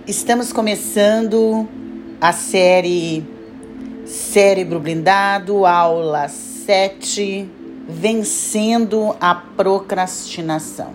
Estamos começando a série Cérebro Blindado, aula 7, Vencendo a Procrastinação.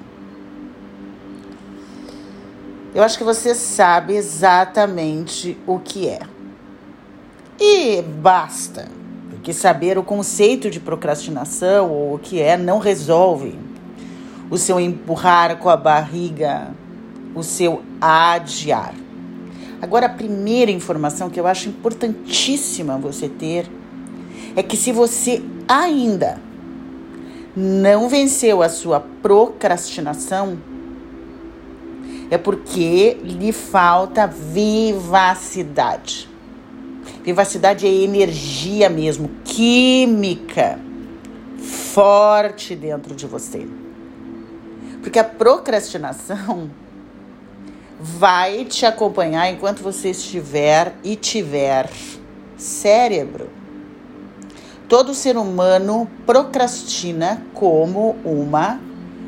Eu acho que você sabe exatamente o que é. E basta, porque saber o conceito de procrastinação ou o que é não resolve o seu empurrar com a barriga, o seu adiar. Agora, a primeira informação que eu acho importantíssima você ter é que se você ainda não venceu a sua procrastinação, é porque lhe falta vivacidade. Vivacidade é energia mesmo, química, forte dentro de você. Porque a procrastinação vai te acompanhar enquanto você estiver e tiver cérebro. Todo ser humano procrastina como uma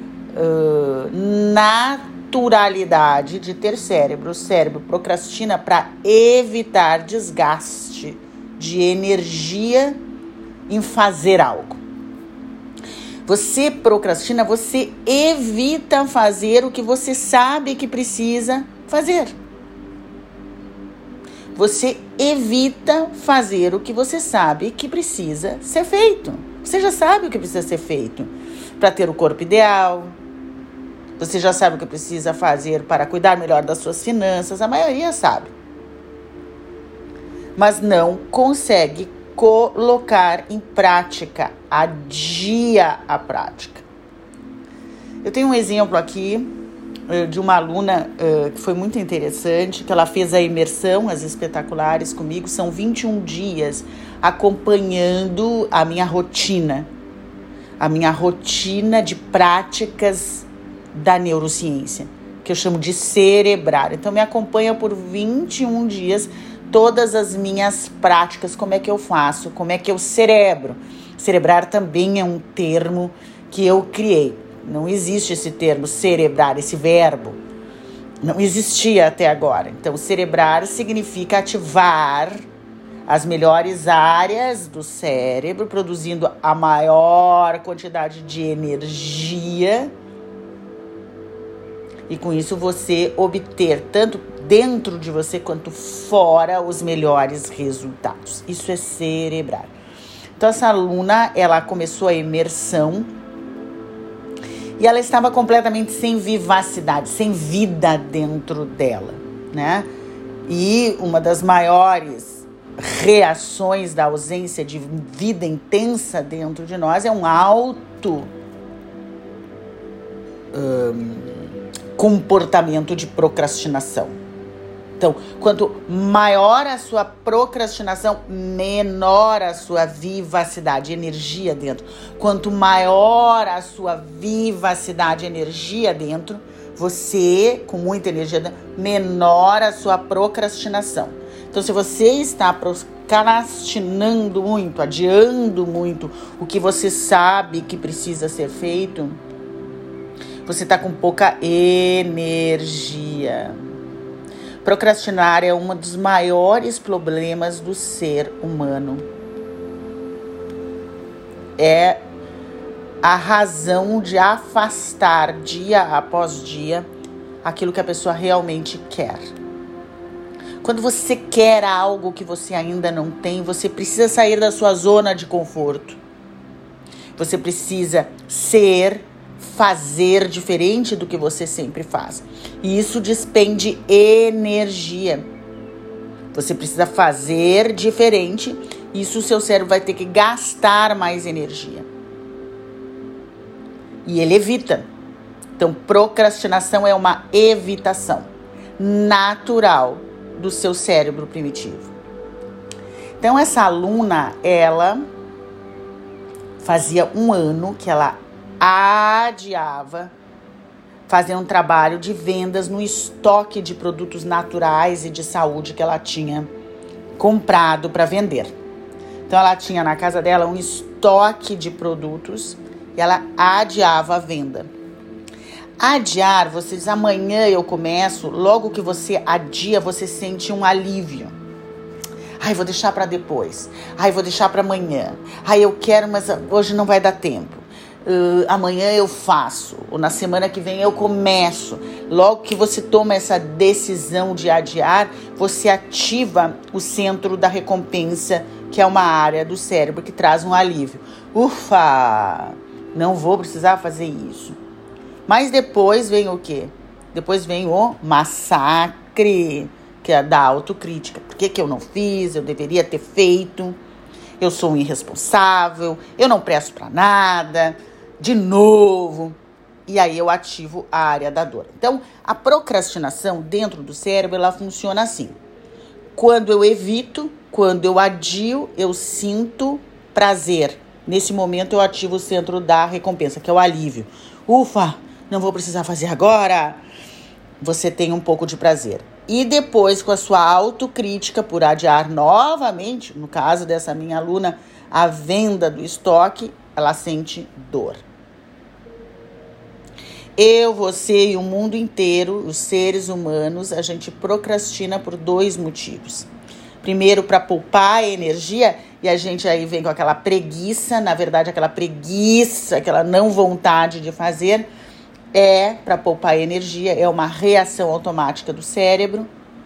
naturalidade de ter cérebro. O cérebro procrastina para evitar desgaste de energia em fazer algo. Você procrastina, você evita fazer o que você sabe que precisa fazer. Você evita fazer o que você sabe que precisa ser feito. Você já sabe o que precisa ser feito para ter o corpo ideal. Você já sabe o que precisa fazer para cuidar melhor das suas finanças. A maioria sabe. Mas não consegue colocar em prática, adia a prática. Eu tenho um exemplo aqui de uma aluna que foi muito interessante, que ela fez a imersão, as espetaculares comigo, são 21 dias acompanhando a minha rotina de práticas da neurociência, que eu chamo de cerebrar. Então me acompanha por 21 dias todas as minhas práticas, como é que eu faço, como é que eu cerebro. Cerebrar também é um termo que eu criei. Não existe esse termo cerebrar, esse verbo. Não existia até agora. Então, cerebrar significa ativar as melhores áreas do cérebro, produzindo a maior quantidade de energia. E com isso você obter, tanto dentro de você quanto fora, os melhores resultados. Isso é cerebrar. Então, essa aluna, ela começou a imersão e ela estava completamente sem vivacidade, sem vida dentro dela, né? E uma das maiores reações da ausência de vida intensa dentro de nós é um alto comportamento de procrastinação. Então, quanto maior a sua procrastinação, menor a sua vivacidade, energia dentro. Quanto maior a sua vivacidade, energia dentro, você, com muita energia dentro, menor a sua procrastinação. Então, se você está procrastinando muito, adiando muito o que você sabe que precisa ser feito, você está com pouca energia. Procrastinar é um dos maiores problemas do ser humano. É a razão de afastar dia após dia aquilo que a pessoa realmente quer. Quando você quer algo que você ainda não tem, você precisa sair da sua zona de conforto. Você precisa fazer diferente do que você sempre faz. E isso despende energia. Você precisa fazer diferente, isso o seu cérebro vai ter que gastar mais energia. E ele evita. Então, procrastinação é uma evitação natural do seu cérebro primitivo. Então, essa aluna, ela fazia 1 ano que ela adiava fazer um trabalho de vendas no estoque de produtos naturais e de saúde que ela tinha comprado para vender. Então, ela tinha na casa dela um estoque de produtos e ela adiava a venda. Adiar, você diz amanhã eu começo, logo que você adia, você sente um alívio. Ai, vou deixar para depois. Ai, vou deixar para amanhã. Ai, eu quero, mas hoje não vai dar tempo. Amanhã eu faço. Ou na semana que vem eu começo. Logo que você toma essa decisão de adiar, você ativa o centro da recompensa, que é uma área do cérebro que traz um alívio. Ufa! Não vou precisar fazer isso. Mas depois vem o quê? Depois vem o massacre, que é da autocrítica. Por que eu não fiz? Eu deveria ter feito. Eu sou um irresponsável. Eu não presto para nada. De novo. E aí eu ativo a área da dor. Então, a procrastinação dentro do cérebro, ela funciona assim. Quando eu evito, quando eu adio, eu sinto prazer. Nesse momento eu ativo o centro da recompensa, que é o alívio. Ufa! Não vou precisar fazer agora. Você tem um pouco de prazer. E depois, com a sua autocrítica por adiar novamente, no caso dessa minha aluna, a venda do estoque, ela sente dor. Eu, você e o mundo inteiro, os seres humanos, a gente procrastina por 2 motivos. Primeiro, para poupar energia, e a gente aí vem com aquela preguiça, na verdade, aquela não vontade de fazer, é para poupar energia, é uma reação automática do cérebro.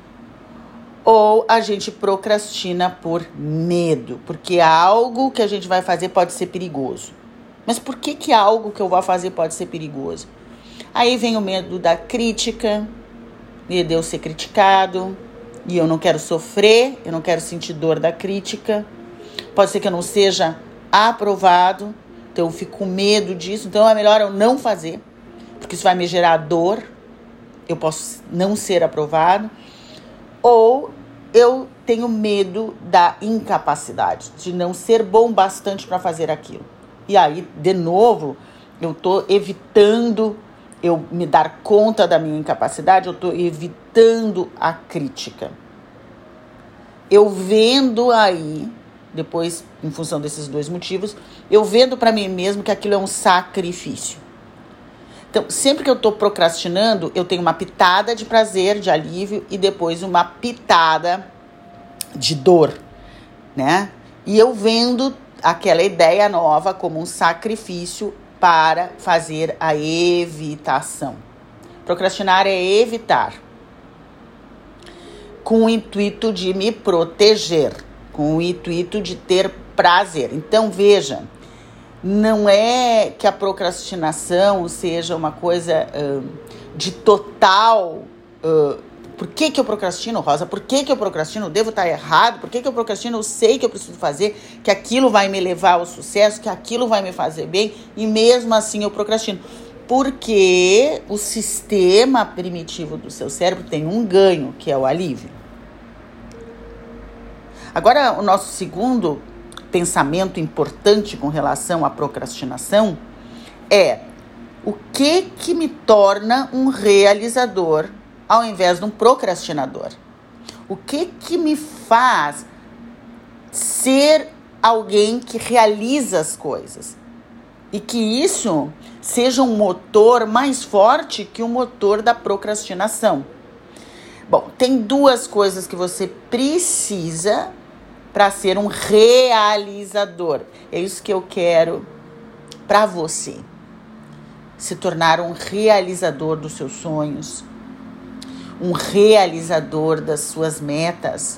Ou a gente procrastina por medo, porque algo que a gente vai fazer pode ser perigoso. Mas por que algo que eu vou fazer pode ser perigoso? Aí vem o medo da crítica, medo de eu ser criticado, e eu não quero sofrer, eu não quero sentir dor da crítica. Pode ser que eu não seja aprovado, então eu fico com medo disso, então é melhor eu não fazer, porque isso vai me gerar dor, eu posso não ser aprovado. Ou eu tenho medo da incapacidade, de não ser bom bastante para fazer aquilo. E aí, de novo, eu estou evitando eu me dar conta da minha incapacidade, eu estou evitando a crítica. Eu vendo aí, depois, em função desses 2 motivos, eu vendo para mim mesmo que aquilo é um sacrifício. Então, sempre que eu estou procrastinando, eu tenho uma pitada de prazer, de alívio, e depois uma pitada de dor, né? E eu vendo aquela ideia nova como um sacrifício para fazer a evitação. Procrastinar é evitar, com o intuito de me proteger, com o intuito de ter prazer. Então, veja, não é que a procrastinação seja uma coisa de total... por que eu procrastino, Rosa? Por que eu procrastino? Eu devo estar errado? Por que eu procrastino? Eu sei que eu preciso fazer, que aquilo vai me levar ao sucesso, que aquilo vai me fazer bem, e mesmo assim eu procrastino. Porque o sistema primitivo do seu cérebro tem um ganho, que é o alívio. Agora, o nosso segundo pensamento importante com relação à procrastinação é: o que me torna um realizador ao invés de um procrastinador? O que me faz ser alguém que realiza as coisas? E que isso seja um motor mais forte que o motor da procrastinação. Bom, tem 2 coisas que você precisa para ser um realizador. É isso que eu quero para você. Se tornar um realizador dos seus sonhos, um realizador das suas metas.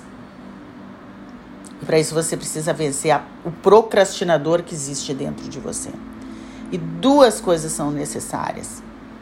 E para isso você precisa vencer o procrastinador que existe dentro de você. E 2 coisas são necessárias.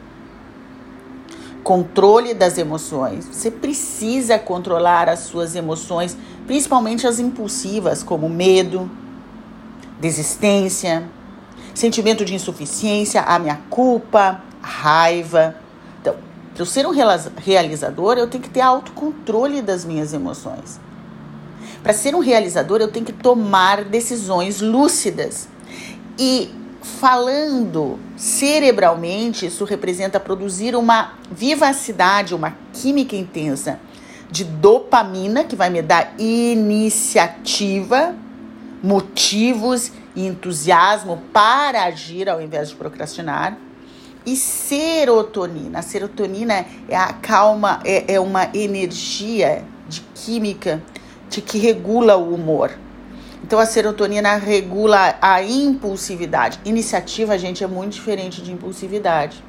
Controle das emoções. Você precisa controlar as suas emoções, principalmente as impulsivas, como medo, desistência, sentimento de insuficiência, a minha culpa, a raiva. Então, para eu ser um realizador, eu tenho que ter autocontrole das minhas emoções. Para ser um realizador, eu tenho que tomar decisões lúcidas. E falando cerebralmente, isso representa produzir uma vivacidade, uma química intensa de dopamina, que vai me dar iniciativa, motivos e entusiasmo para agir ao invés de procrastinar. E serotonina. A serotonina é a calma, é uma energia de química que regula o humor. Então a serotonina regula a impulsividade. Iniciativa, gente, é muito diferente de impulsividade.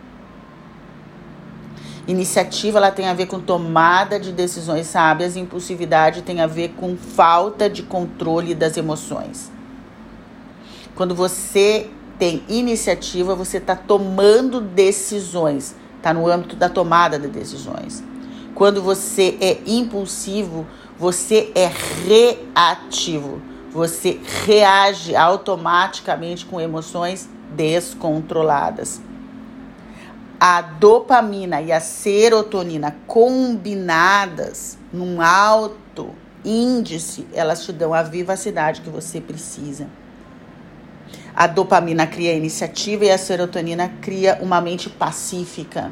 Iniciativa, ela tem a ver com tomada de decisões sábias. Impulsividade tem a ver com falta de controle das emoções. Quando você tem iniciativa, você está tomando decisões. Está no âmbito da tomada de decisões. Quando você é impulsivo, você é reativo. Você reage automaticamente com emoções descontroladas. A dopamina e a serotonina combinadas num alto índice, elas te dão a vivacidade que você precisa. A dopamina cria iniciativa e a serotonina cria uma mente pacífica,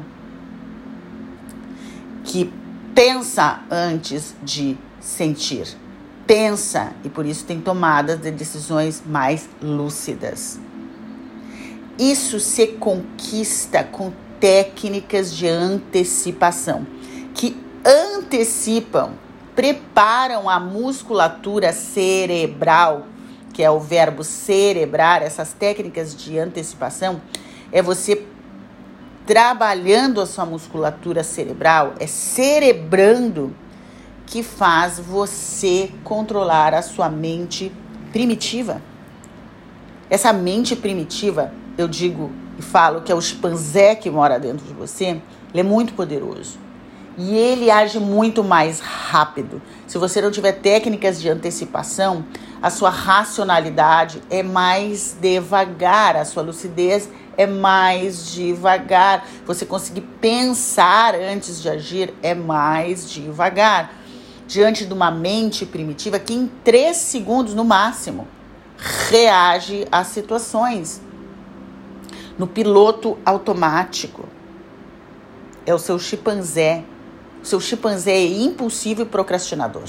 que pensa antes de sentir. Pensa, e por isso tem tomadas de decisões mais lúcidas. Isso se conquista com técnicas de antecipação, que antecipam, preparam a musculatura cerebral, que é o verbo cerebrar. Essas técnicas de antecipação é você trabalhando a sua musculatura cerebral, é cerebrando, que faz você controlar a sua mente primitiva. Essa mente primitiva, eu digo e falo que é o chimpanzé que mora dentro de você, ele é muito poderoso. E ele age muito mais rápido. Se você não tiver técnicas de antecipação, a sua racionalidade é mais devagar, a sua lucidez é mais devagar. Você conseguir pensar antes de agir é mais devagar. Diante de uma mente primitiva que em 3 segundos no máximo reage às situações. No piloto automático. É o seu chimpanzé. O seu chimpanzé é impulsivo e procrastinador.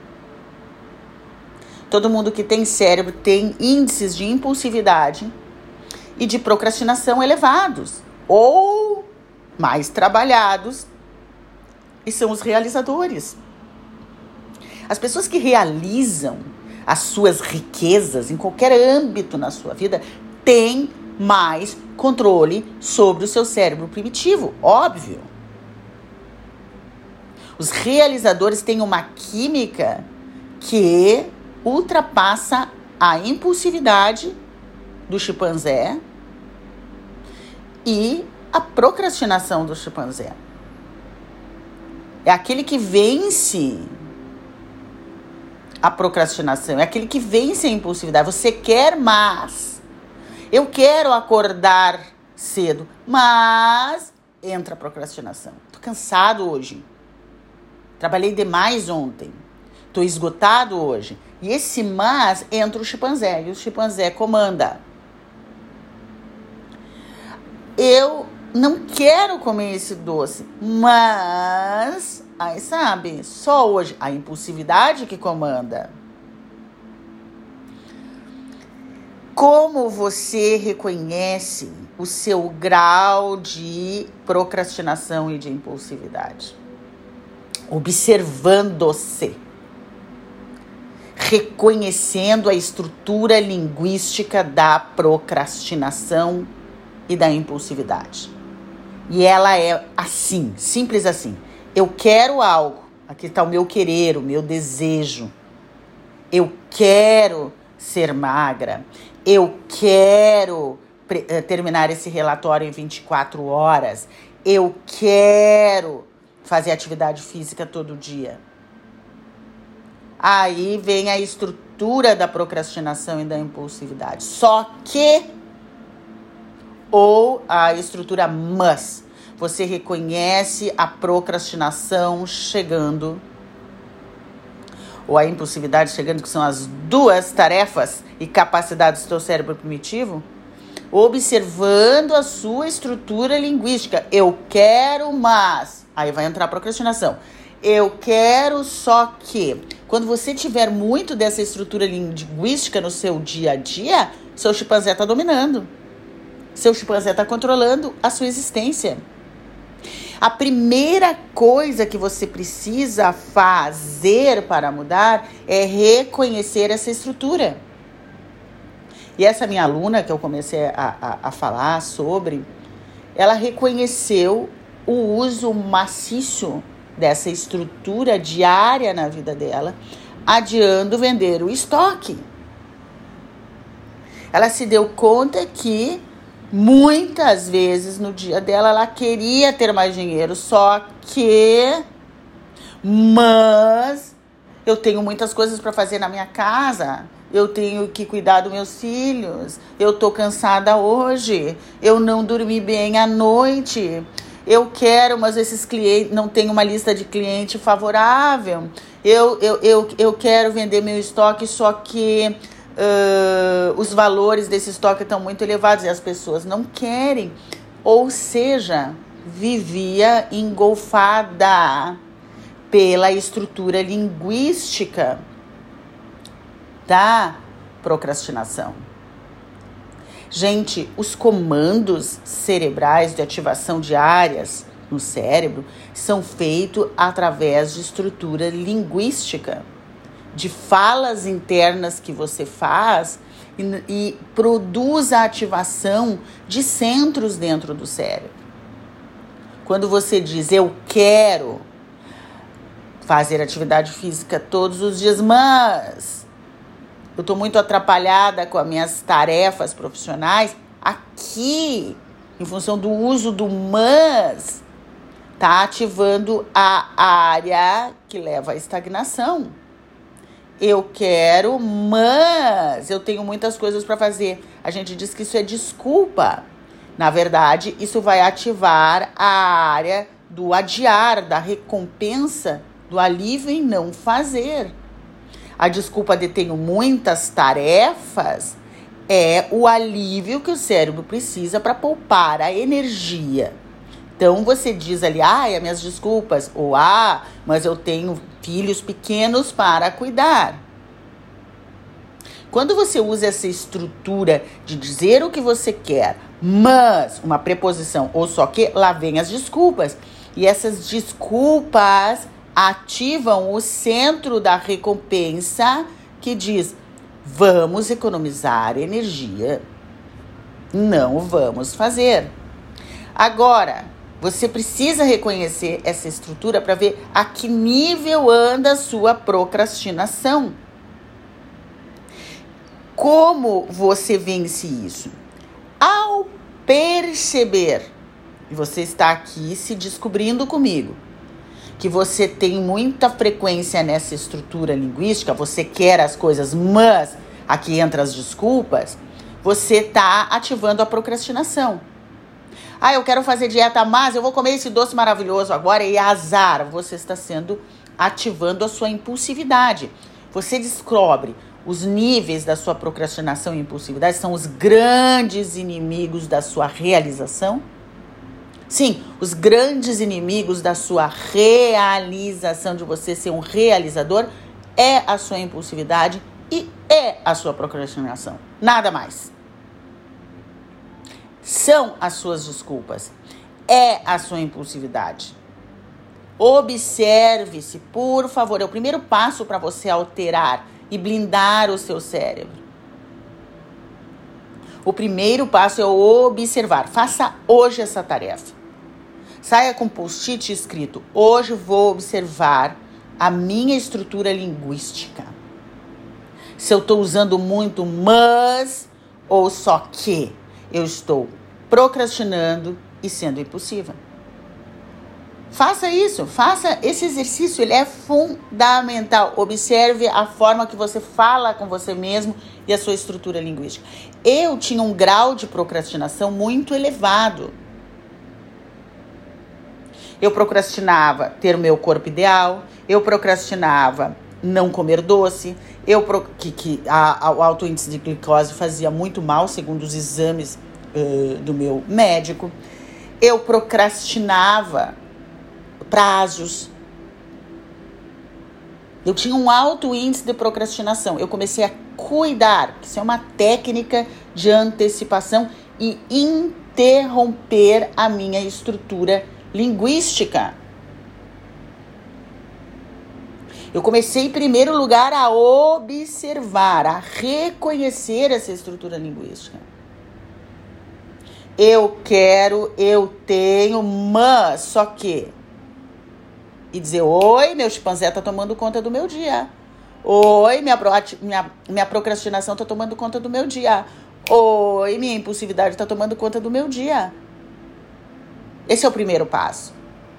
Todo mundo que tem cérebro tem índices de impulsividade e de procrastinação elevados ou mais trabalhados, e são os realizadores. As pessoas que realizam as suas riquezas em qualquer âmbito na sua vida têm mais controle sobre o seu cérebro primitivo, óbvio. Os realizadores têm uma química que ultrapassa a impulsividade do chimpanzé e a procrastinação do chimpanzé. É aquele que vence a procrastinação, é aquele que vence a impulsividade. Você quer mais. Eu quero acordar cedo, mas entra a procrastinação. Tô cansado hoje. Trabalhei demais ontem. Tô esgotado hoje. E esse mas entra o chimpanzé. E o chimpanzé comanda. Eu não quero comer esse doce, mas... Aí sabe, só hoje a impulsividade que comanda. Como você reconhece o seu grau de procrastinação e de impulsividade? Observando-se. Reconhecendo a estrutura linguística da procrastinação e da impulsividade. E ela é assim, simples assim. Eu quero algo. Aqui está o meu querer, o meu desejo. Eu quero ser magra. Eu quero terminar esse relatório em 24 horas. Eu quero fazer atividade física todo dia. Aí vem a estrutura da procrastinação e da impulsividade. Só que, ou a estrutura must. Você reconhece a procrastinação chegando, ou a impulsividade chegando, que são as duas tarefas e capacidades do seu cérebro primitivo, observando a sua estrutura linguística. Eu quero, mas... Aí vai entrar a procrastinação. Eu quero, só que... Quando você tiver muito dessa estrutura linguística no seu dia a dia, seu chimpanzé está dominando. Seu chimpanzé está controlando a sua existência. A primeira coisa que você precisa fazer para mudar é reconhecer essa estrutura. E essa minha aluna, que eu comecei a falar sobre, ela reconheceu o uso maciço dessa estrutura diária na vida dela, adiando vender o estoque. Ela se deu conta que muitas vezes no dia dela ela queria ter mais dinheiro, mas eu tenho muitas coisas para fazer na minha casa, eu tenho que cuidar dos meus filhos, eu tô cansada hoje, eu não dormi bem à noite, eu quero, mas esses clientes, não tenho uma lista de cliente favorável, eu quero vender meu estoque, só que os valores desse estoque estão muito elevados e as pessoas não querem. Ou seja, vivia engolfada pela estrutura linguística da procrastinação. Gente, os comandos cerebrais de ativação de áreas no cérebro são feitos através de estrutura linguística, de falas internas que você faz e produz a ativação de centros dentro do cérebro. Quando você diz, eu quero fazer atividade física todos os dias, mas eu estou muito atrapalhada com as minhas tarefas profissionais, aqui, em função do uso do mas, está ativando a área que leva à estagnação. Eu quero, mas eu tenho muitas coisas para fazer. A gente diz que isso é desculpa. Na verdade, isso vai ativar a área do adiar, da recompensa, do alívio em não fazer. A desculpa de tenho muitas tarefas é o alívio que o cérebro precisa para poupar a energia. Então, você diz ali, as minhas desculpas, ou mas eu tenho filhos pequenos para cuidar. Quando você usa essa estrutura de dizer o que você quer, mas uma preposição ou só que, lá vem as desculpas. E essas desculpas ativam o centro da recompensa que diz, vamos economizar energia, não vamos fazer. Agora, você precisa reconhecer essa estrutura para ver a que nível anda a sua procrastinação. Como você vence isso? Ao perceber, e você está aqui se descobrindo comigo, que você tem muita frequência nessa estrutura linguística, você quer as coisas, mas aqui entra as desculpas, você está ativando a procrastinação. Eu quero fazer dieta, mas eu vou comer esse doce maravilhoso agora e azar. Você está ativando a sua impulsividade. Você descobre os níveis da sua procrastinação e impulsividade são os grandes inimigos da sua realização. Sim, os grandes inimigos da sua realização, de você ser um realizador, é a sua impulsividade e é a sua procrastinação. Nada mais. São as suas desculpas. É a sua impulsividade. Observe-se, por favor. É o primeiro passo para você alterar e blindar o seu cérebro. O primeiro passo é observar. Faça hoje essa tarefa. Saia com post-it escrito. Hoje vou observar a minha estrutura linguística. Se eu estou usando muito mas ou só que. Eu estou procrastinando e sendo impulsiva. Faça isso, faça esse exercício, ele é fundamental. Observe a forma que você fala com você mesmo e a sua estrutura linguística. Eu tinha um grau de procrastinação muito elevado. Eu procrastinava ter o meu corpo ideal, eu procrastinava não comer doce, o alto índice de glicose fazia muito mal, segundo os exames do meu médico. Eu procrastinava prazos. Eu tinha um alto índice de procrastinação. Eu comecei a cuidar, isso é uma técnica de antecipação e interromper a minha estrutura linguística. Eu comecei, em primeiro lugar, a observar, a reconhecer essa estrutura linguística. Eu quero, eu tenho, mas, só que. E dizer, oi, meu chimpanzé tá tomando conta do meu dia. Oi, minha procrastinação tá tomando conta do meu dia. Oi, minha impulsividade tá tomando conta do meu dia. Esse é o primeiro passo.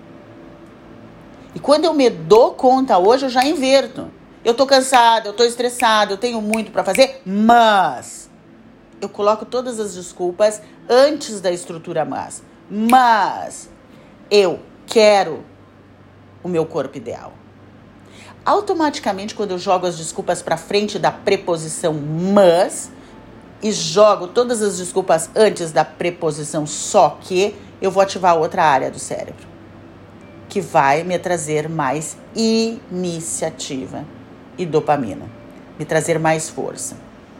E quando eu me dou conta hoje, eu já inverto. Eu tô cansada, eu tô estressada, eu tenho muito para fazer, mas eu coloco todas as desculpas antes da estrutura mas eu quero o meu corpo ideal. Automaticamente, quando eu jogo as desculpas para frente da preposição mas e jogo todas as desculpas antes da preposição só que, eu vou ativar outra área do cérebro, que vai me trazer mais iniciativa e dopamina, me trazer mais força.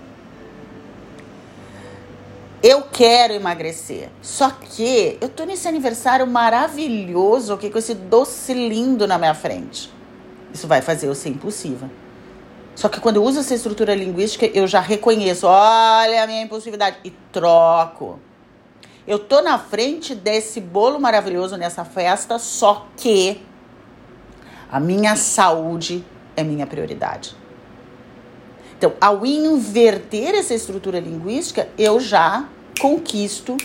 Eu quero emagrecer, só que eu tô nesse aniversário maravilhoso aqui com esse doce lindo na minha frente. Isso vai fazer eu ser impulsiva. Só que quando eu uso essa estrutura linguística, eu já reconheço, olha a minha impulsividade, e troco. Eu tô na frente desse bolo maravilhoso nessa festa, só que a minha saúde é minha prioridade. Então, ao inverter essa estrutura linguística, eu já conquisto,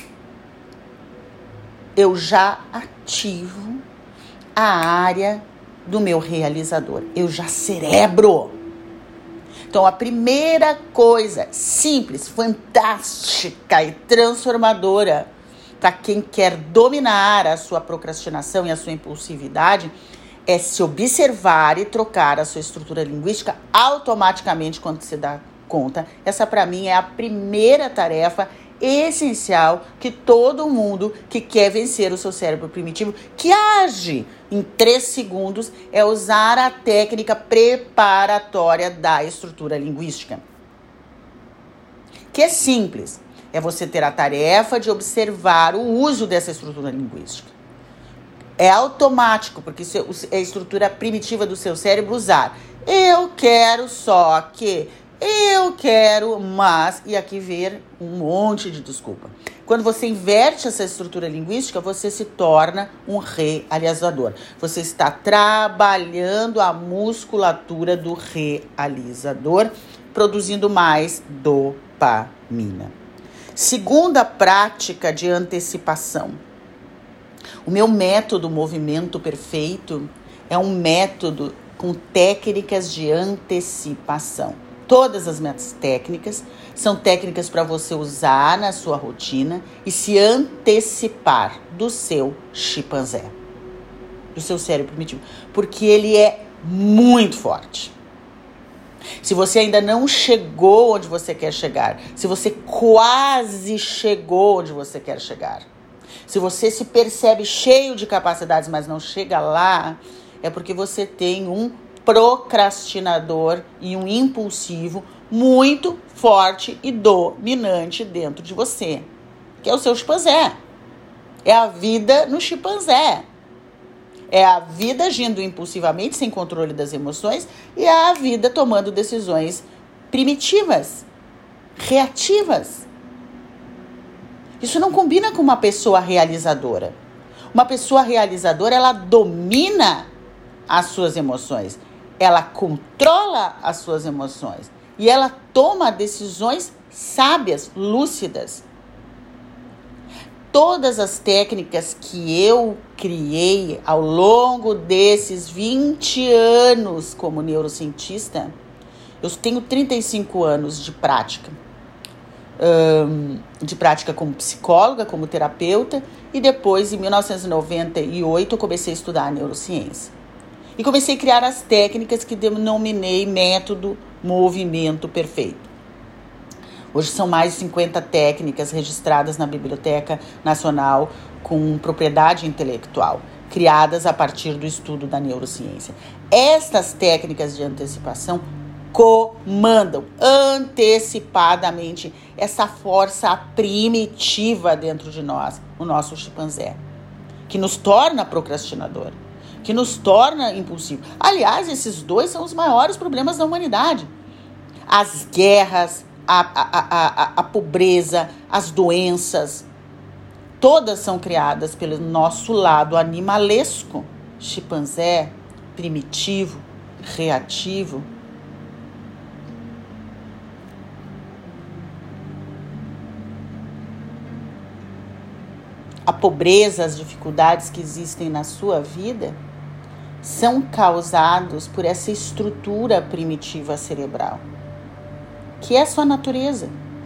eu já ativo a área do meu realizador. Eu já cerebro. Então, a primeira coisa simples, fantástica e transformadora para quem quer dominar a sua procrastinação e a sua impulsividade é se observar e trocar a sua estrutura linguística automaticamente quando se dá conta. Essa, para mim, é a primeira tarefa essencial que todo mundo que quer vencer o seu cérebro primitivo, que age em 3 segundos, é usar a técnica preparatória da estrutura linguística. Que é simples. É você ter a tarefa de observar o uso dessa estrutura linguística. É automático, porque é a estrutura primitiva do seu cérebro usar. Eu quero, só que... Eu quero, mas... E aqui ver um monte de desculpa. Quando você inverte essa estrutura linguística, você se torna um realizador. Você está trabalhando a musculatura do realizador, produzindo mais dopamina. Segunda prática de antecipação. O meu método Movimento Perfeito é um método com técnicas de antecipação. Todas as minhas técnicas são técnicas para você usar na sua rotina e se antecipar do seu chimpanzé, do seu cérebro primitivo, porque ele é muito forte. Se você ainda não chegou onde você quer chegar, se você quase chegou onde você quer chegar, se você se percebe cheio de capacidades, mas não chega lá, é porque você tem um procrastinador e um impulsivo muito forte e dominante dentro de você, que é o seu chimpanzé. É a vida no chimpanzé. É a vida agindo impulsivamente, sem controle das emoções, e é a vida tomando decisões primitivas, reativas. Isso não combina com uma pessoa realizadora. Uma pessoa realizadora, ela domina as suas emoções. Ela controla as suas emoções e ela toma decisões sábias, lúcidas. Todas as técnicas que eu criei ao longo desses 20 anos como neurocientista, eu tenho 35 anos de prática como psicóloga, como terapeuta, e depois, em 1998, eu comecei a estudar a neurociência. E comecei a criar as técnicas que denominei método Movimento Perfeito. Hoje são mais de 50 técnicas registradas na Biblioteca Nacional com propriedade intelectual, criadas a partir do estudo da neurociência. Estas técnicas de antecipação comandam antecipadamente essa força primitiva dentro de nós, o nosso chimpanzé, que nos torna procrastinador, que nos torna impulsivo. Aliás, esses dois são os maiores problemas da humanidade. As guerras, a pobreza, as doenças, todas são criadas pelo nosso lado animalesco, chimpanzé, primitivo, reativo. A pobreza, as dificuldades que existem na sua vida são causados por essa estrutura primitiva cerebral, que é a sua natureza.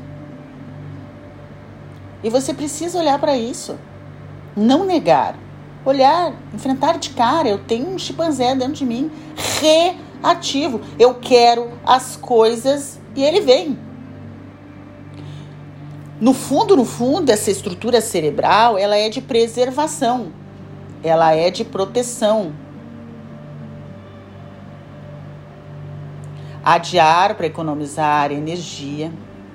E você precisa olhar para isso, não negar, olhar, enfrentar de cara. Eu tenho um chimpanzé dentro de mim, reativo. Eu quero as coisas e ele vem. No fundo, essa estrutura cerebral, ela é de preservação, ela é de proteção. Adiar para economizar energia,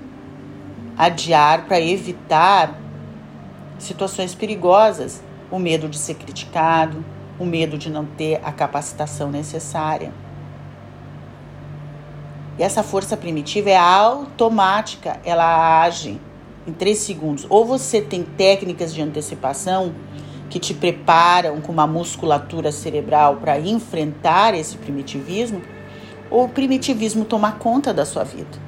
adiar para evitar situações perigosas, o medo de ser criticado, o medo de não ter a capacitação necessária. E essa força primitiva é automática, ela age em 3 segundos. Ou você tem técnicas de antecipação que te preparam com uma musculatura cerebral para enfrentar esse primitivismo, ou o primitivismo tomar conta da sua vida.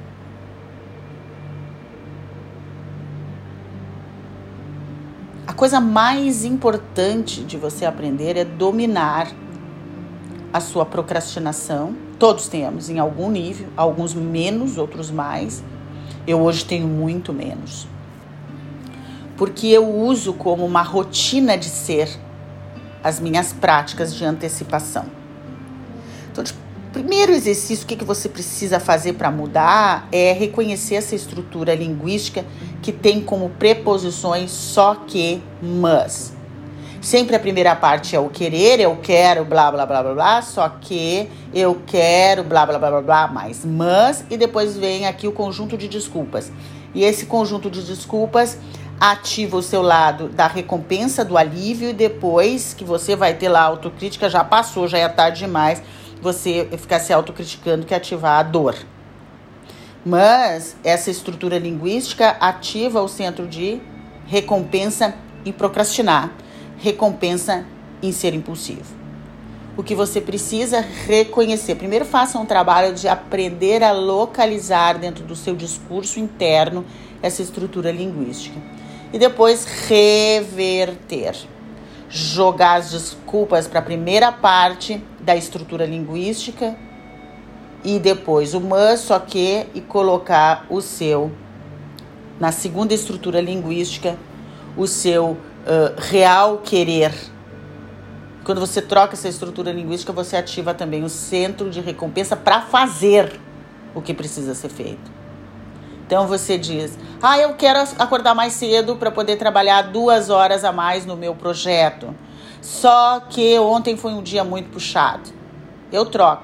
A coisa mais importante de você aprender é dominar a sua procrastinação. Todos temos em algum nível, alguns menos, outros mais. Eu hoje tenho muito menos. Porque eu uso como uma rotina de ser as minhas práticas de antecipação. Então, o primeiro exercício que você precisa fazer para mudar é reconhecer essa estrutura linguística que tem como preposições só que, mas. Sempre a primeira parte é o querer, eu quero, blá, blá, blá, blá, blá, só que, eu quero, blá, blá, blá, blá, blá, mais, mas, e depois vem aqui o conjunto de desculpas. E esse conjunto de desculpas ativa o seu lado da recompensa, do alívio, e depois que você vai ter lá a autocrítica, já passou, já é tarde demais, você ficar se autocriticando que ativar a dor. Mas essa estrutura linguística ativa o centro de recompensa em procrastinar, recompensa em ser impulsivo. O que você precisa reconhecer. Primeiro, faça um trabalho de aprender a localizar dentro do seu discurso interno essa estrutura linguística. E depois reverter. Jogar as desculpas para a primeira parte da estrutura linguística e depois o mas, só que, e colocar o seu, na segunda estrutura linguística, o seu real querer. Quando você troca essa estrutura linguística, você ativa também o centro de recompensa para fazer o que precisa ser feito. Então você diz, eu quero acordar mais cedo para poder trabalhar 2 horas a mais no meu projeto. Só que ontem foi um dia muito puxado. Eu troco.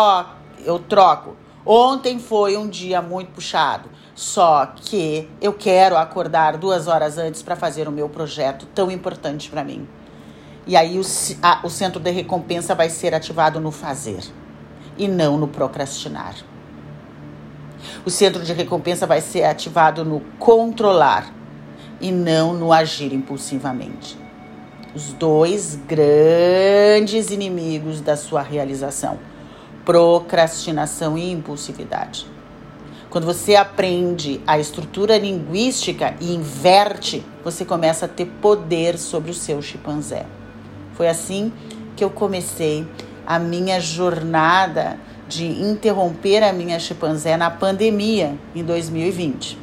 Ontem foi um dia muito puxado. Só que eu quero acordar 2 horas antes para fazer o meu projeto tão importante para mim. E aí o centro de recompensa vai ser ativado no fazer e não no procrastinar. O centro de recompensa vai ser ativado no controlar e não no agir impulsivamente. Os 2 grandes inimigos da sua realização: procrastinação e impulsividade. Quando você aprende a estrutura linguística e inverte, você começa a ter poder sobre o seu chimpanzé. Foi assim que eu comecei a minha jornada de interromper a minha chimpanzé na pandemia, em 2020.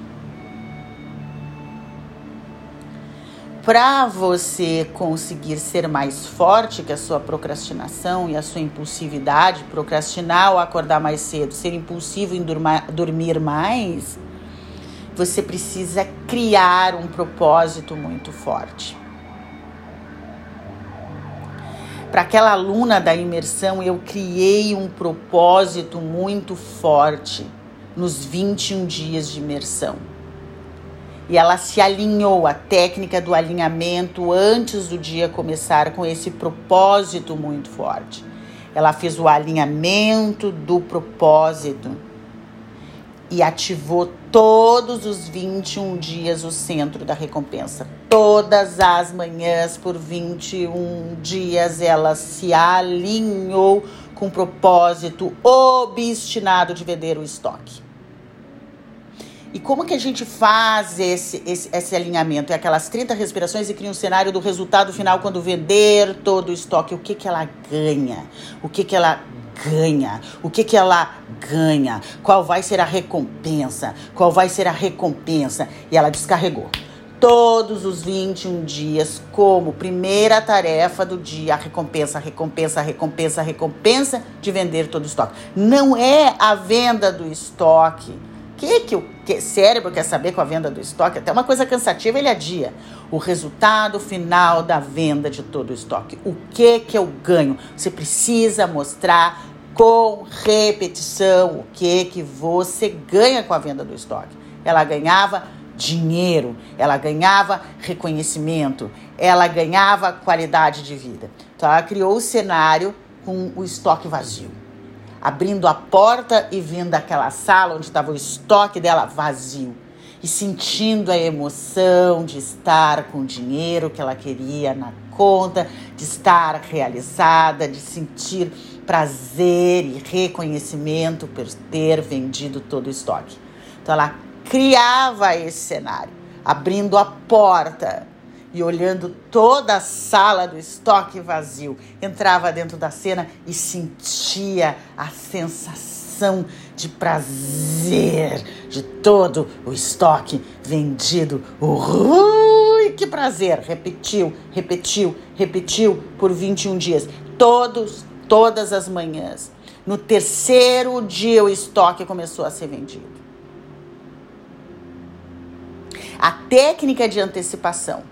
Para você conseguir ser mais forte que a sua procrastinação e a sua impulsividade, procrastinar ou acordar mais cedo, ser impulsivo em dormir mais, você precisa criar um propósito muito forte. Para aquela aluna da imersão, eu criei um propósito muito forte nos 21 dias de imersão. E ela se alinhou, a técnica do alinhamento antes do dia começar, com esse propósito muito forte. Ela fez o alinhamento do propósito e ativou todos os 21 dias o centro da recompensa. Todas as manhãs, por 21 dias, ela se alinhou com o propósito obstinado de vender o estoque. E como que a gente faz esse alinhamento? É aquelas 30 respirações e cria um cenário do resultado final quando vender todo o estoque. O que ela ganha? O que ela ganha? O que ela ganha? Qual vai ser a recompensa? Qual vai ser a recompensa? E ela descarregou todos os 21 dias como primeira tarefa do dia, a recompensa de vender todo o estoque. Não é a venda do estoque. Que o cérebro quer saber com a venda do estoque? Até uma coisa cansativa ele adia. O resultado final da venda de todo o estoque. O que eu ganho? Você precisa mostrar com repetição o que você ganha com a venda do estoque. Ela ganhava dinheiro, ela ganhava reconhecimento, ela ganhava qualidade de vida. Então ela criou o cenário com o estoque vazio. Abrindo a porta e vindo daquela sala onde estava o estoque dela vazio. E sentindo a emoção de estar com o dinheiro que ela queria na conta, de estar realizada, de sentir prazer e reconhecimento por ter vendido todo o estoque. Então ela criava esse cenário, abrindo a porta e olhando toda a sala do estoque vazio, entrava dentro da cena e sentia a sensação de prazer de todo o estoque vendido. Ui, que prazer! Repetiu por 21 dias, todas as manhãs. No terceiro dia o estoque começou a ser vendido. A técnica de antecipação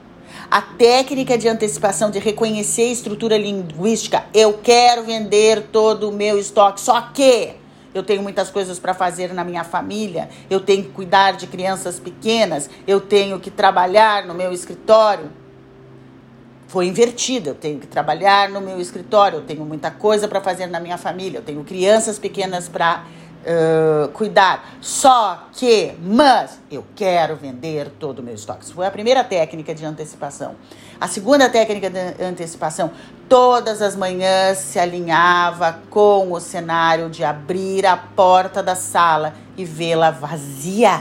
de reconhecer a estrutura linguística. Eu quero vender todo o meu estoque, só que eu tenho muitas coisas para fazer na minha família, eu tenho que cuidar de crianças pequenas, eu tenho que trabalhar no meu escritório. Foi invertida, eu tenho que trabalhar no meu escritório, eu tenho muita coisa para fazer na minha família, eu tenho crianças pequenas para cuidar, mas eu quero vender todo o meu estoque. Isso foi a primeira técnica de antecipação. A segunda técnica de antecipação, todas as manhãs se alinhava com o cenário de abrir a porta da sala e vê-la vazia.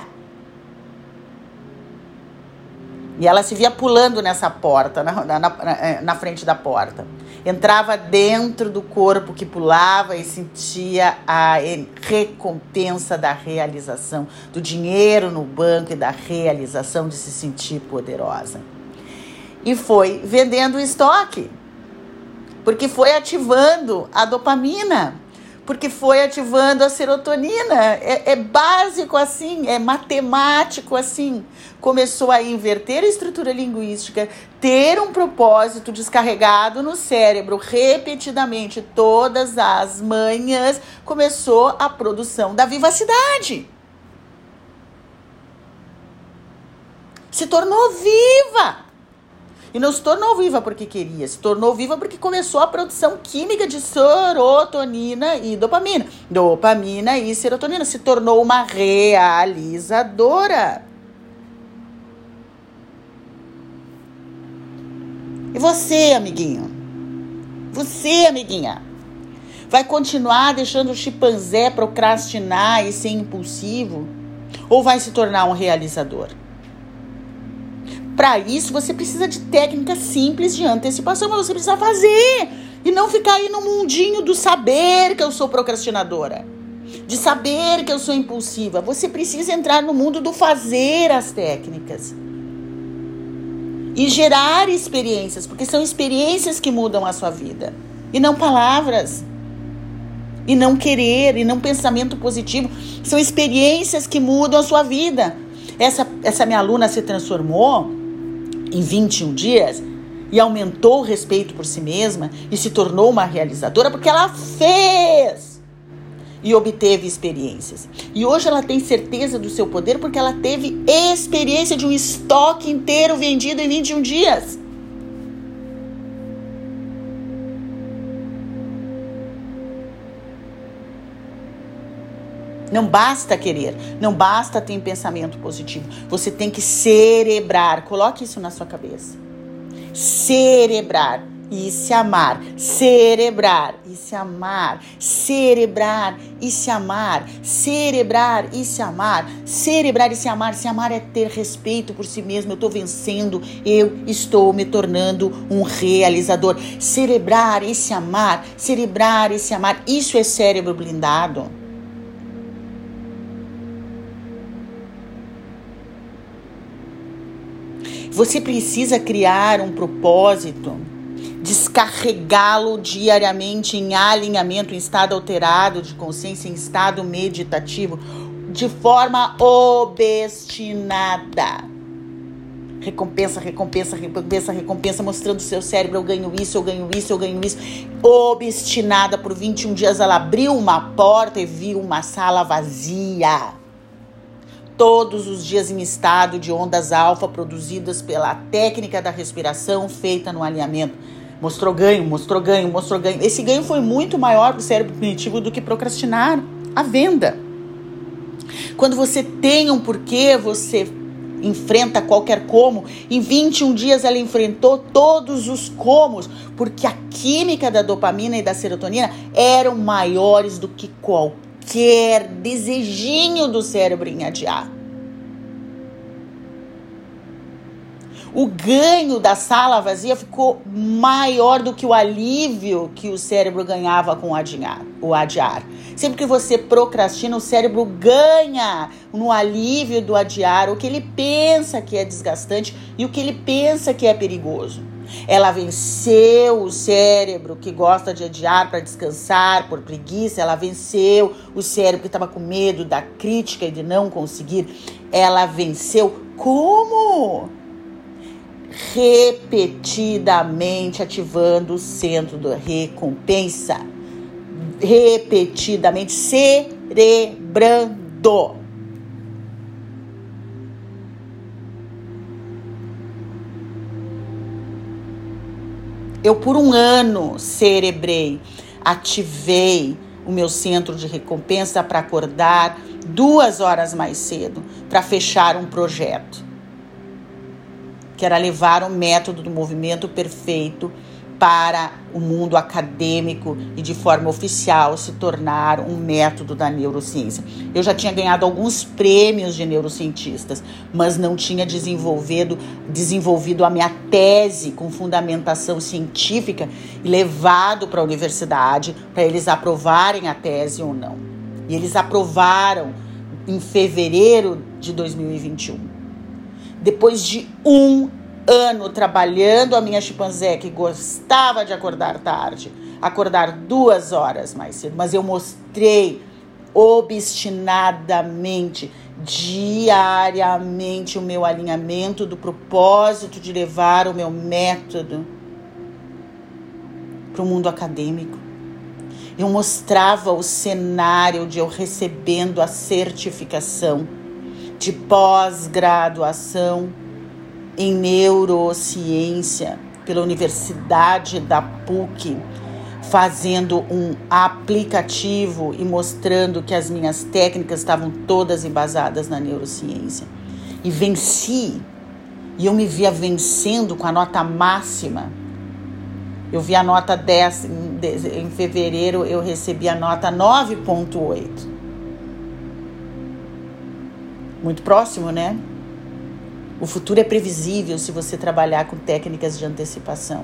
E ela se via pulando nessa porta, na frente da porta. Entrava dentro do corpo que pulava e sentia a recompensa da realização, do dinheiro no banco e da realização de se sentir poderosa. E foi vendendo o estoque, porque foi ativando a dopamina, porque foi ativando a serotonina. É básico assim, é matemático assim. Começou a inverter a estrutura linguística, ter um propósito descarregado no cérebro repetidamente todas as manhãs. Começou a produção da vivacidade. Se tornou viva. E não se tornou viva porque queria, se tornou viva porque começou a produção química de serotonina e dopamina. Dopamina e serotonina. Se tornou uma realizadora. E você, amiguinho? Você, amiguinha? Vai continuar deixando o chimpanzé procrastinar e ser impulsivo? Ou vai se tornar um realizador? Para isso, você precisa de técnicas simples de antecipação, mas você precisa fazer. E não ficar aí no mundinho do saber que eu sou procrastinadora. De saber que eu sou impulsiva. Você precisa entrar no mundo do fazer as técnicas. E gerar experiências, porque são experiências que mudam a sua vida. E não palavras. E não querer, e não pensamento positivo. São experiências que mudam a sua vida. Essa minha aluna se transformou em 21 dias e aumentou o respeito por si mesma e se tornou uma realizadora porque ela fez e obteve experiências. E hoje ela tem certeza do seu poder porque ela teve experiência de um estoque inteiro vendido em 21 dias. Não basta querer, não basta ter um pensamento positivo. Você tem que cerebrar. Coloque isso na sua cabeça. Cerebrar e se amar. Cerebrar e se amar. Cerebrar e se amar. Cerebrar e se amar. Cerebrar e se amar. Se amar é ter respeito por si mesmo. Eu estou vencendo. Eu estou me tornando um realizador. Cerebrar e se amar. Cerebrar e se amar. Isso é cérebro blindado. Você precisa criar um propósito, descarregá-lo diariamente em alinhamento, em estado alterado de consciência, em estado meditativo, de forma obstinada. Recompensa, recompensa, recompensa, recompensa, mostrando o seu cérebro, eu ganho isso, eu ganho isso, eu ganho isso. Obstinada por 21 dias, ela abriu uma porta e viu uma sala vazia. Todos os dias em estado de ondas alfa produzidas pela técnica da respiração feita no alinhamento. Mostrou ganho, mostrou ganho, mostrou ganho. Esse ganho foi muito maior para o cérebro cognitivo do que procrastinar a venda. Quando você tem um porquê, você enfrenta qualquer como. Em 21 dias ela enfrentou todos os comos, porque a química da dopamina e da serotonina eram maiores do que qualquer desejinho do cérebro em adiar. O ganho da sala vazia ficou maior do que o alívio que o cérebro ganhava com o adiar. Sempre que você procrastina, o cérebro ganha no alívio do adiar o que ele pensa que é desgastante e o que ele pensa que é perigoso. Ela venceu o cérebro que gosta de adiar para descansar por preguiça. Ela venceu o cérebro que estava com medo da crítica e de não conseguir. Ela venceu como? Repetidamente ativando o centro da recompensa. Repetidamente cerebrando. Eu por um ano cerebrei, ativei o meu centro de recompensa para acordar 2 horas mais cedo, para fechar um projeto, que era levar o método do movimento perfeito para o mundo acadêmico e de forma oficial se tornar um método da neurociência. Eu já tinha ganhado alguns prêmios de neurocientistas, mas não tinha desenvolvido a minha tese com fundamentação científica e levado para a universidade para eles aprovarem a tese ou não. E eles aprovaram em fevereiro de 2021. Depois de um ano trabalhando a minha chimpanzé, que gostava de acordar tarde, acordar 2 horas mais cedo, mas eu mostrei obstinadamente, diariamente, o meu alinhamento do propósito de levar o meu método para o mundo acadêmico. Eu mostrava o cenário de eu recebendo a certificação de pós-graduação em neurociência pela Universidade da PUC, fazendo um aplicativo e mostrando que as minhas técnicas estavam todas embasadas na neurociência. E venci, e eu me via vencendo com a nota máxima. Eu vi a nota 10, em fevereiro eu recebi a nota 9,8. Muito próximo, né? O futuro é previsível se você trabalhar com técnicas de antecipação.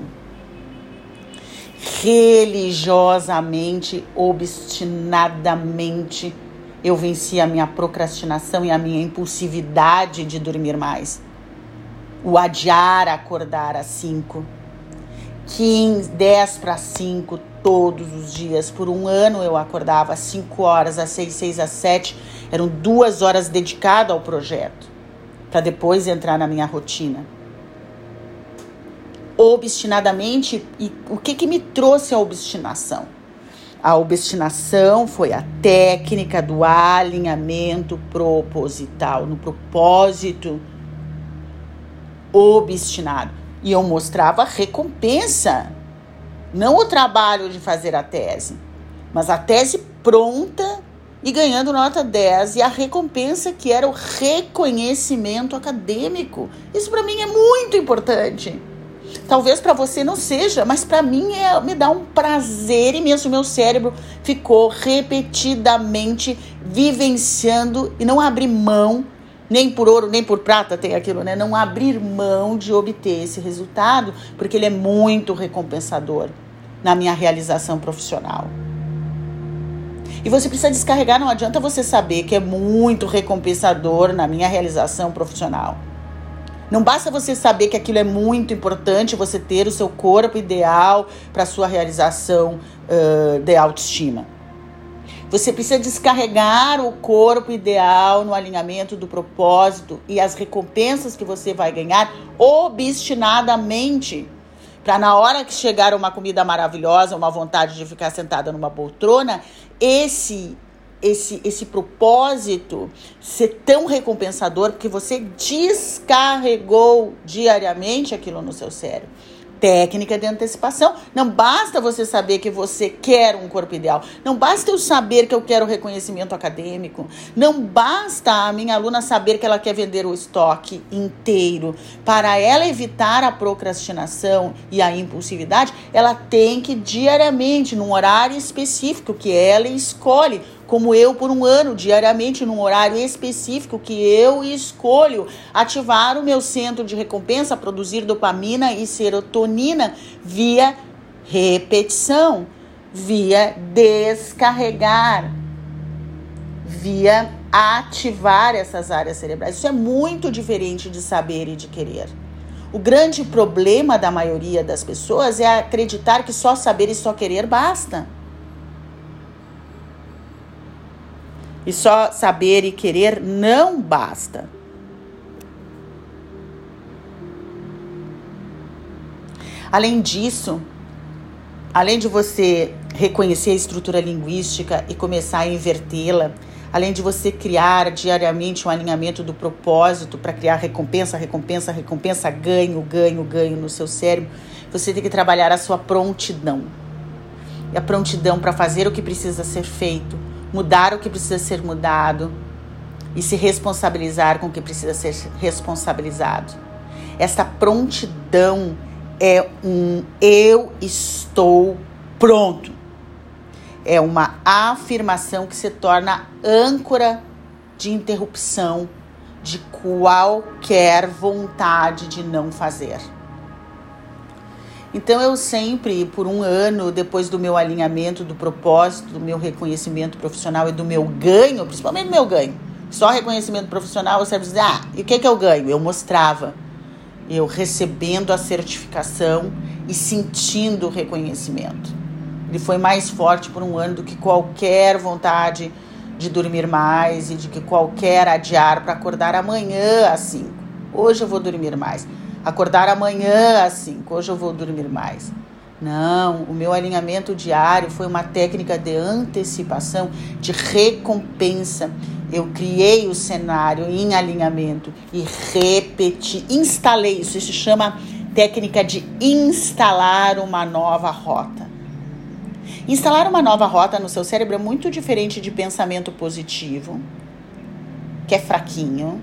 Religiosamente, obstinadamente, eu venci a minha procrastinação e a minha impulsividade de dormir mais. O adiar acordar às 5, 15, 10 para 5, todos os dias. Por um ano eu acordava às 5 horas, às 6, 6 às 7. Eram 2 horas dedicadas ao projeto, para depois entrar na minha rotina. obstinadamente. E o que me trouxe a obstinação? A obstinação foi a técnica do alinhamento proposital, no propósito obstinado. E eu mostrava recompensa, não o trabalho de fazer a tese, mas a tese pronta e ganhando nota 10 e a recompensa que era o reconhecimento acadêmico. Isso para mim é muito importante. Talvez para você não seja, mas para mim me dá um prazer imenso. O meu cérebro ficou repetidamente vivenciando e não abrir mão, nem por ouro, nem por prata, tem aquilo, né? Não abrir mão de obter esse resultado, porque ele é muito recompensador na minha realização profissional. E você precisa descarregar, não adianta você saber que é muito recompensador na minha realização profissional. Não basta você saber que aquilo é muito importante, você ter o seu corpo ideal para a sua realização de autoestima. Você precisa descarregar o corpo ideal no alinhamento do propósito e as recompensas que você vai ganhar obstinadamente. Para na hora que chegar uma comida maravilhosa, uma vontade de ficar sentada numa poltrona, esse propósito ser tão recompensador porque você descarregou diariamente aquilo no seu cérebro. Técnica de antecipação. Não basta você saber que você quer um corpo ideal. Não basta eu saber que eu quero reconhecimento acadêmico. Não basta a minha aluna saber que ela quer vender o estoque inteiro. Para ela evitar a procrastinação e a impulsividade, ela tem que diariamente, num horário específico que ela escolhe, como eu por um ano, diariamente, num horário específico que eu escolho, ativar o meu centro de recompensa, produzir dopamina e serotonina via repetição, via descarregar, via ativar essas áreas cerebrais. Isso é muito diferente de saber e de querer. O grande problema da maioria das pessoas é acreditar que só saber e só querer basta. E só saber e querer não basta. Além disso, além de você reconhecer a estrutura linguística e começar a invertê-la, além de você criar diariamente um alinhamento do propósito para criar recompensa, ganho no seu cérebro, você tem que trabalhar a sua prontidão. E a prontidão para fazer o que precisa ser feito, mudar o que precisa ser mudado e se responsabilizar com o que precisa ser responsabilizado. Esta prontidão é um eu estou pronto. É uma afirmação que se torna âncora de interrupção de qualquer vontade de não fazer. Então eu sempre, por um ano, depois do meu alinhamento, do propósito, do meu reconhecimento profissional e do meu ganho, principalmente do meu ganho, só reconhecimento profissional, você vai dizer, e o que eu ganho? Eu mostrava, eu recebendo a certificação e sentindo o reconhecimento. Ele foi mais forte por um ano do que qualquer vontade de dormir mais e de que qualquer adiar para acordar amanhã às 5. Hoje eu vou dormir mais. Acordar amanhã às 5, hoje eu vou dormir mais. Não, o meu alinhamento diário foi uma técnica de antecipação, de recompensa. Eu criei o cenário em alinhamento e repeti, instalei, isso se chama técnica de instalar uma nova rota. Instalar uma nova rota no seu cérebro é muito diferente de pensamento positivo, que é fraquinho.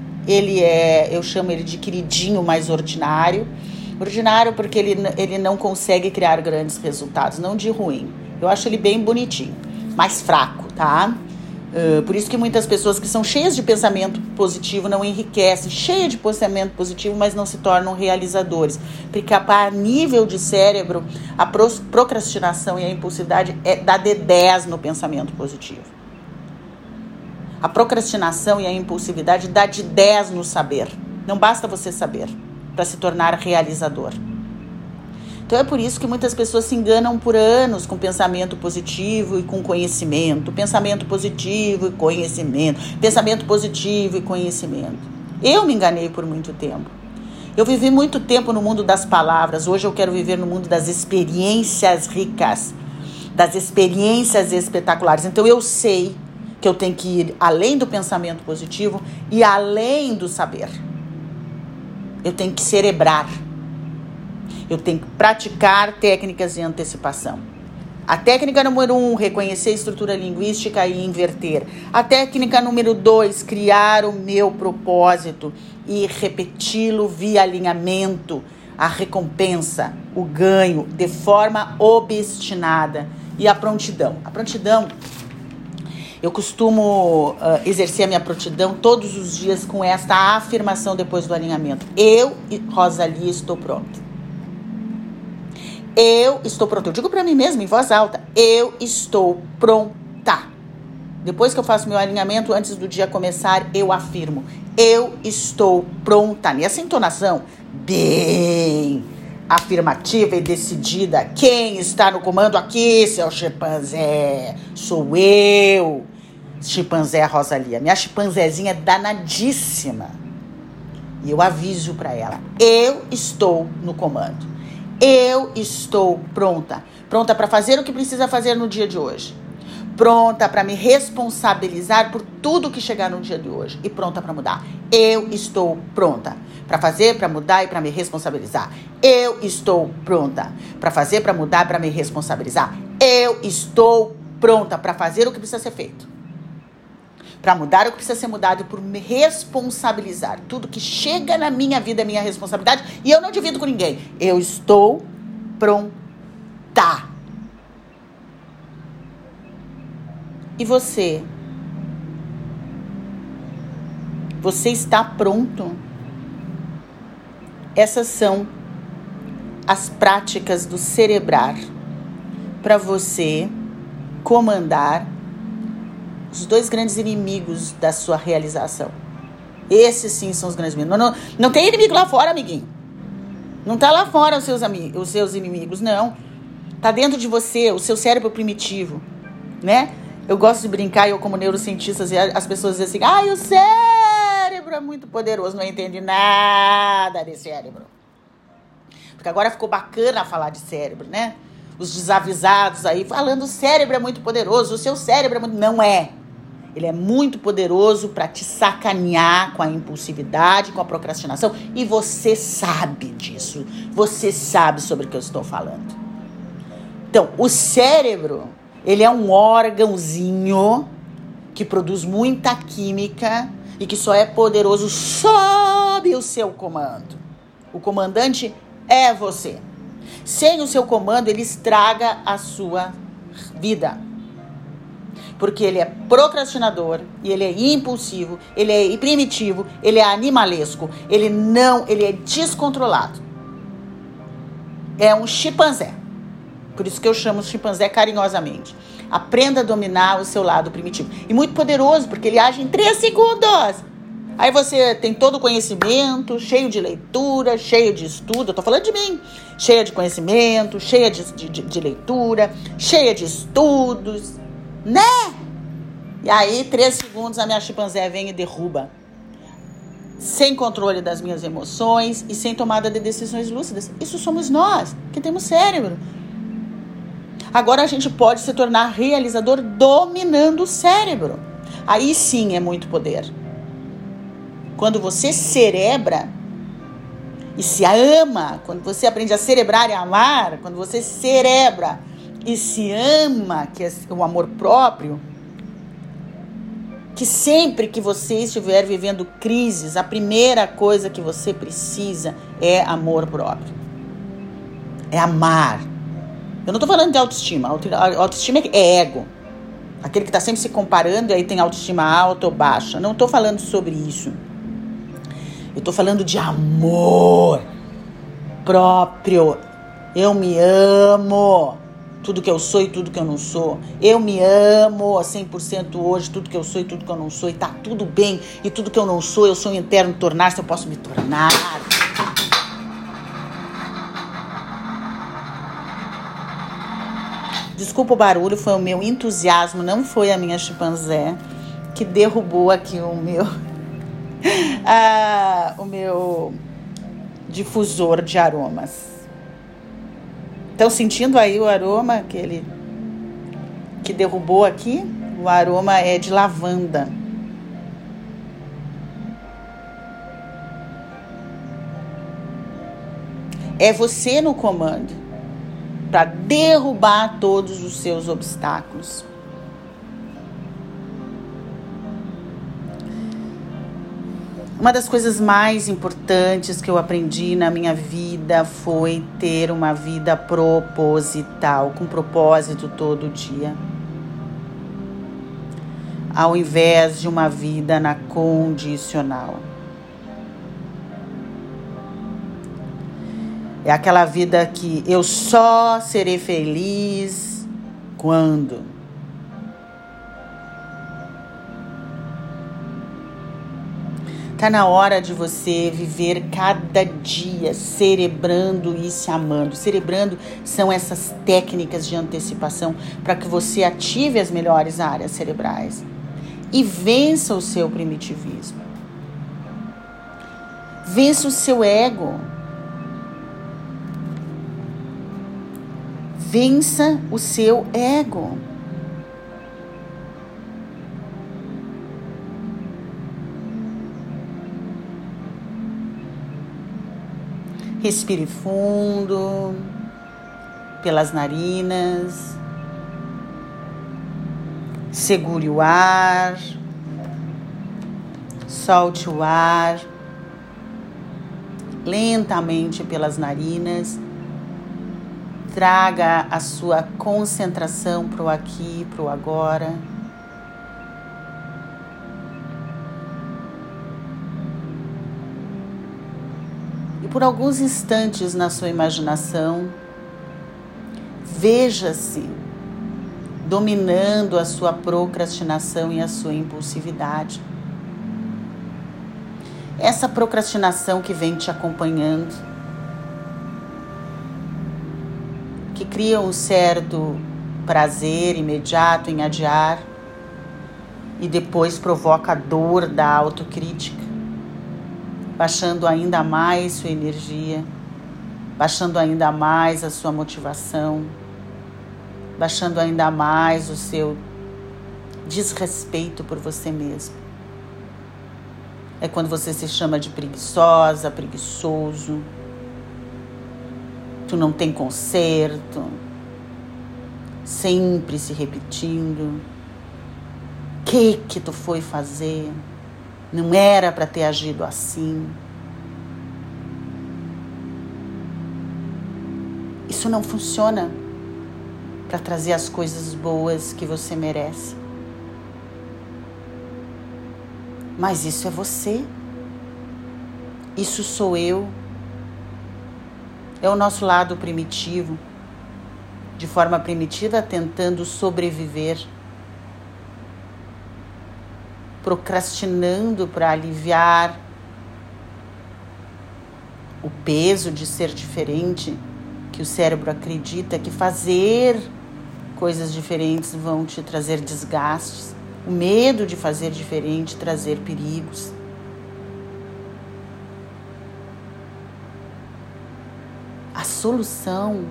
Eu chamo ele de queridinho mais ordinário. Ordinário porque ele não consegue criar grandes resultados, não de ruim. Eu acho ele bem bonitinho, mais fraco, tá? Por isso que muitas pessoas que são cheias de pensamento positivo não enriquecem, cheias de pensamento positivo, mas não se tornam realizadores. Porque a nível de cérebro, a procrastinação e a impulsividade dá de 10 no pensamento positivo. A procrastinação e a impulsividade dá de 10 no saber. Não basta você saber para se tornar realizador. Então é por isso que muitas pessoas se enganam por anos com pensamento positivo e com conhecimento. Pensamento positivo e conhecimento. Pensamento positivo e conhecimento. Eu me enganei por muito tempo. Eu vivi muito tempo no mundo das palavras. Hoje eu quero viver no mundo das experiências ricas, das experiências espetaculares. Então eu sei que eu tenho que ir além do pensamento positivo e além do saber. Eu tenho que cerebrar. Eu tenho que praticar técnicas de antecipação. A técnica número 1, reconhecer a estrutura linguística e inverter. A técnica número 2, criar o meu propósito e repeti-lo via alinhamento, a recompensa, o ganho, de forma obstinada. E a prontidão. A prontidão, eu costumo exercer a minha prontidão todos os dias com esta afirmação depois do alinhamento. Eu, Rosalia, estou pronta. Eu estou pronta. Eu digo para mim mesma em voz alta. Eu estou pronta. Depois que eu faço meu alinhamento, antes do dia começar, eu afirmo. Eu estou pronta. Nessa entonação, bem afirmativa e decidida. Quem está no comando aqui, seu chimpanzé? Sou eu, chimpanzé Rosalia. Minha chimpanzézinha é danadíssima. E eu aviso para ela. Eu estou no comando. Eu estou pronta. Pronta para fazer o que precisa fazer no dia de hoje. Pronta para me responsabilizar por tudo que chegar no dia de hoje. E pronta para mudar. Eu estou pronta para fazer, para mudar e para me responsabilizar. Eu estou pronta para fazer, para mudar, para me responsabilizar. Eu estou pronta para fazer o que precisa ser feito. Para mudar o que precisa ser mudado e por me responsabilizar. Tudo que chega na minha vida é minha responsabilidade e eu não divido com ninguém. Eu estou pronta. E você? Você está pronto? Essas são as práticas do cerebrar para você comandar os dois grandes inimigos da sua realização. Esses sim são os grandes inimigos. Não tem inimigo lá fora, amiguinho. Não tá lá fora os seus inimigos, não. Tá dentro de você, o seu cérebro primitivo, né? Eu gosto de brincar, eu como neurocientista, as pessoas dizem assim, o cérebro é muito poderoso, não entende nada de cérebro. Porque agora ficou bacana falar de cérebro, né? Os desavisados aí falando, o cérebro é muito poderoso, o seu cérebro é muito... Não é. Ele é muito poderoso para te sacanear com a impulsividade, com a procrastinação. E você sabe disso. Você sabe sobre o que eu estou falando. Então, o cérebro, ele é um órgãozinho que produz muita química e que só é poderoso sob o seu comando. O comandante é você. Sem o seu comando, ele estraga a sua vida. Porque ele é procrastinador, e ele é impulsivo, ele é primitivo, ele é animalesco, ele é descontrolado. É um chimpanzé. Por isso que eu chamo chimpanzé carinhosamente. Aprenda a dominar o seu lado primitivo. E muito poderoso, porque ele age em 3 segundos. Aí você tem todo o conhecimento, cheio de leitura, cheio de estudo. Eu tô falando de mim. Cheia de conhecimento, cheia de leitura, cheia de estudos, né? E aí, 3 segundos, a minha chimpanzé vem e derruba. Sem controle das minhas emoções e sem tomada de decisões lúcidas. Isso somos nós, que temos cérebro. Agora a gente pode se tornar realizador dominando o cérebro. Aí sim é muito poder. Quando você cerebra e se ama, quando você aprende a cerebrar e amar, quando você cerebra e se ama, que é o amor próprio, que sempre que você estiver vivendo crises, a primeira coisa que você precisa é amor próprio. É amar. Eu não estou falando de autoestima. Autoestima é ego. Aquele que está sempre se comparando e aí tem autoestima alta ou baixa. Não estou falando sobre isso. Eu estou falando de amor próprio. Eu me amo. Tudo que eu sou e tudo que eu não sou. Eu me amo 100% hoje, tudo que eu sou e tudo que eu não sou. E tá tudo bem. E tudo que eu não sou, eu sou um interno tornar-se, eu posso me tornar. Desculpa o barulho, foi o meu entusiasmo, não foi a minha chimpanzé que derrubou aqui o meu difusor de aromas. Estão sentindo aí o aroma aquele que derrubou aqui? O aroma é de lavanda. É você no comando para derrubar todos os seus obstáculos. Uma das coisas mais importantes que eu aprendi na minha vida foi ter uma vida proposital, com propósito todo dia. Ao invés de uma vida na condicional. É aquela vida que eu só serei feliz quando. Tá na hora de você viver cada dia cerebrando e se amando. Cerebrando são essas técnicas de antecipação para que você ative as melhores áreas cerebrais e vença o seu primitivismo. Vença o seu ego. Vença o seu ego. Respire fundo pelas narinas. Segure o ar. Solte o ar lentamente pelas narinas. Traga a sua concentração para o aqui, para o agora. E por alguns instantes na sua imaginação, veja-se dominando a sua procrastinação e a sua impulsividade. Essa procrastinação que vem te acompanhando, que cria um certo prazer imediato em adiar e depois provoca a dor da autocrítica, baixando ainda mais sua energia, baixando ainda mais a sua motivação, baixando ainda mais o seu desrespeito por você mesmo. É quando você se chama de preguiçosa, preguiçoso. Tu não tem conserto, sempre se repetindo. Que tu foi fazer? Não era para ter agido assim. Isso não funciona para trazer as coisas boas que você merece. Mas isso é você. Isso sou eu. É o nosso lado primitivo, de forma primitiva, tentando sobreviver, procrastinando para aliviar o peso de ser diferente, que o cérebro acredita que fazer coisas diferentes vão te trazer desgastes, o medo de fazer diferente trazer perigos. A solução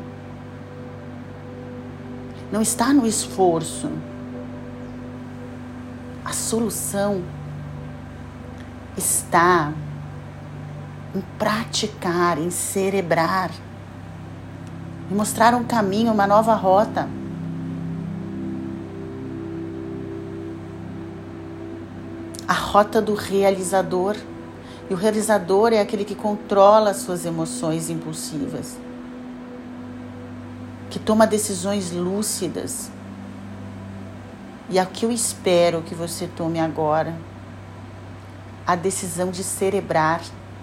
não está no esforço. A solução está em praticar, em cerebrar, em mostrar um caminho, uma nova rota. A rota do realizador. E o realizador é aquele que controla as suas emoções impulsivas, que toma decisões lúcidas. E é o que eu espero que você tome agora, a decisão de cerebrar.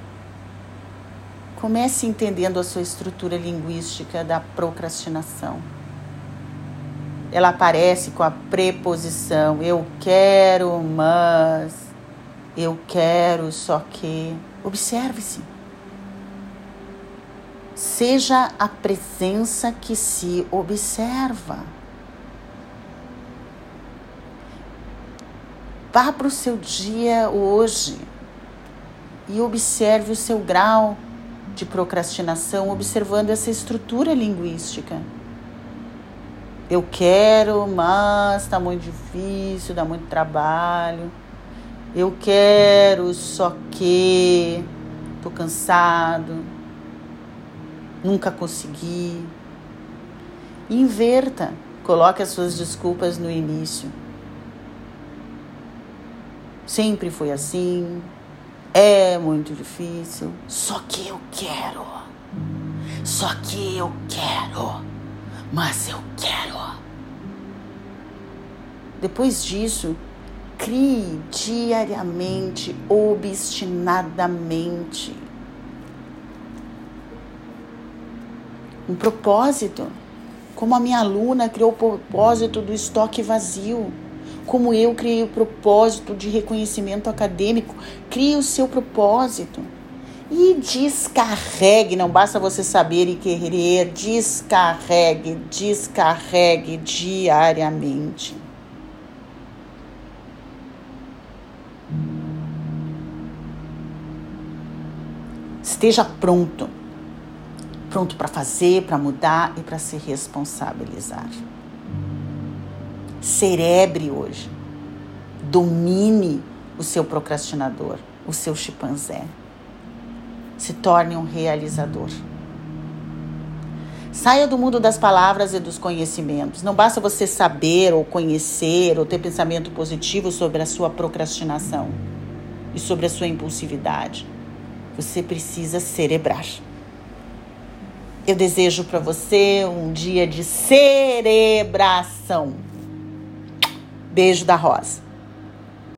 Comece entendendo a sua estrutura linguística da procrastinação. Ela aparece com a preposição eu quero, mas... eu quero, só que... Observe-se. Seja a presença que se observa. Vá para o seu dia hoje e observe o seu grau de procrastinação observando essa estrutura linguística. Eu quero, mas está muito difícil, dá muito trabalho. Eu quero, só que estou cansado, nunca consegui. Inverta, coloque as suas desculpas no início. Sempre foi assim, é muito difícil, só que eu quero. Só que eu quero, mas eu quero. Depois disso, crie diariamente, obstinadamente, um propósito. Como a minha aluna criou o propósito do estoque vazio. Como eu criei o propósito de reconhecimento acadêmico. Crie o seu propósito. E descarregue, não basta você saber e querer, descarregue diariamente. Esteja pronto para fazer, para mudar e para se responsabilizar. Cerebre hoje. Domine o seu procrastinador, o seu chimpanzé. Se torne um realizador. Saia do mundo das palavras e dos conhecimentos. Não basta você saber ou conhecer ou ter pensamento positivo sobre a sua procrastinação e sobre a sua impulsividade. Você precisa cerebrar. Eu desejo para você um dia de cerebração. Beijo da Rosa.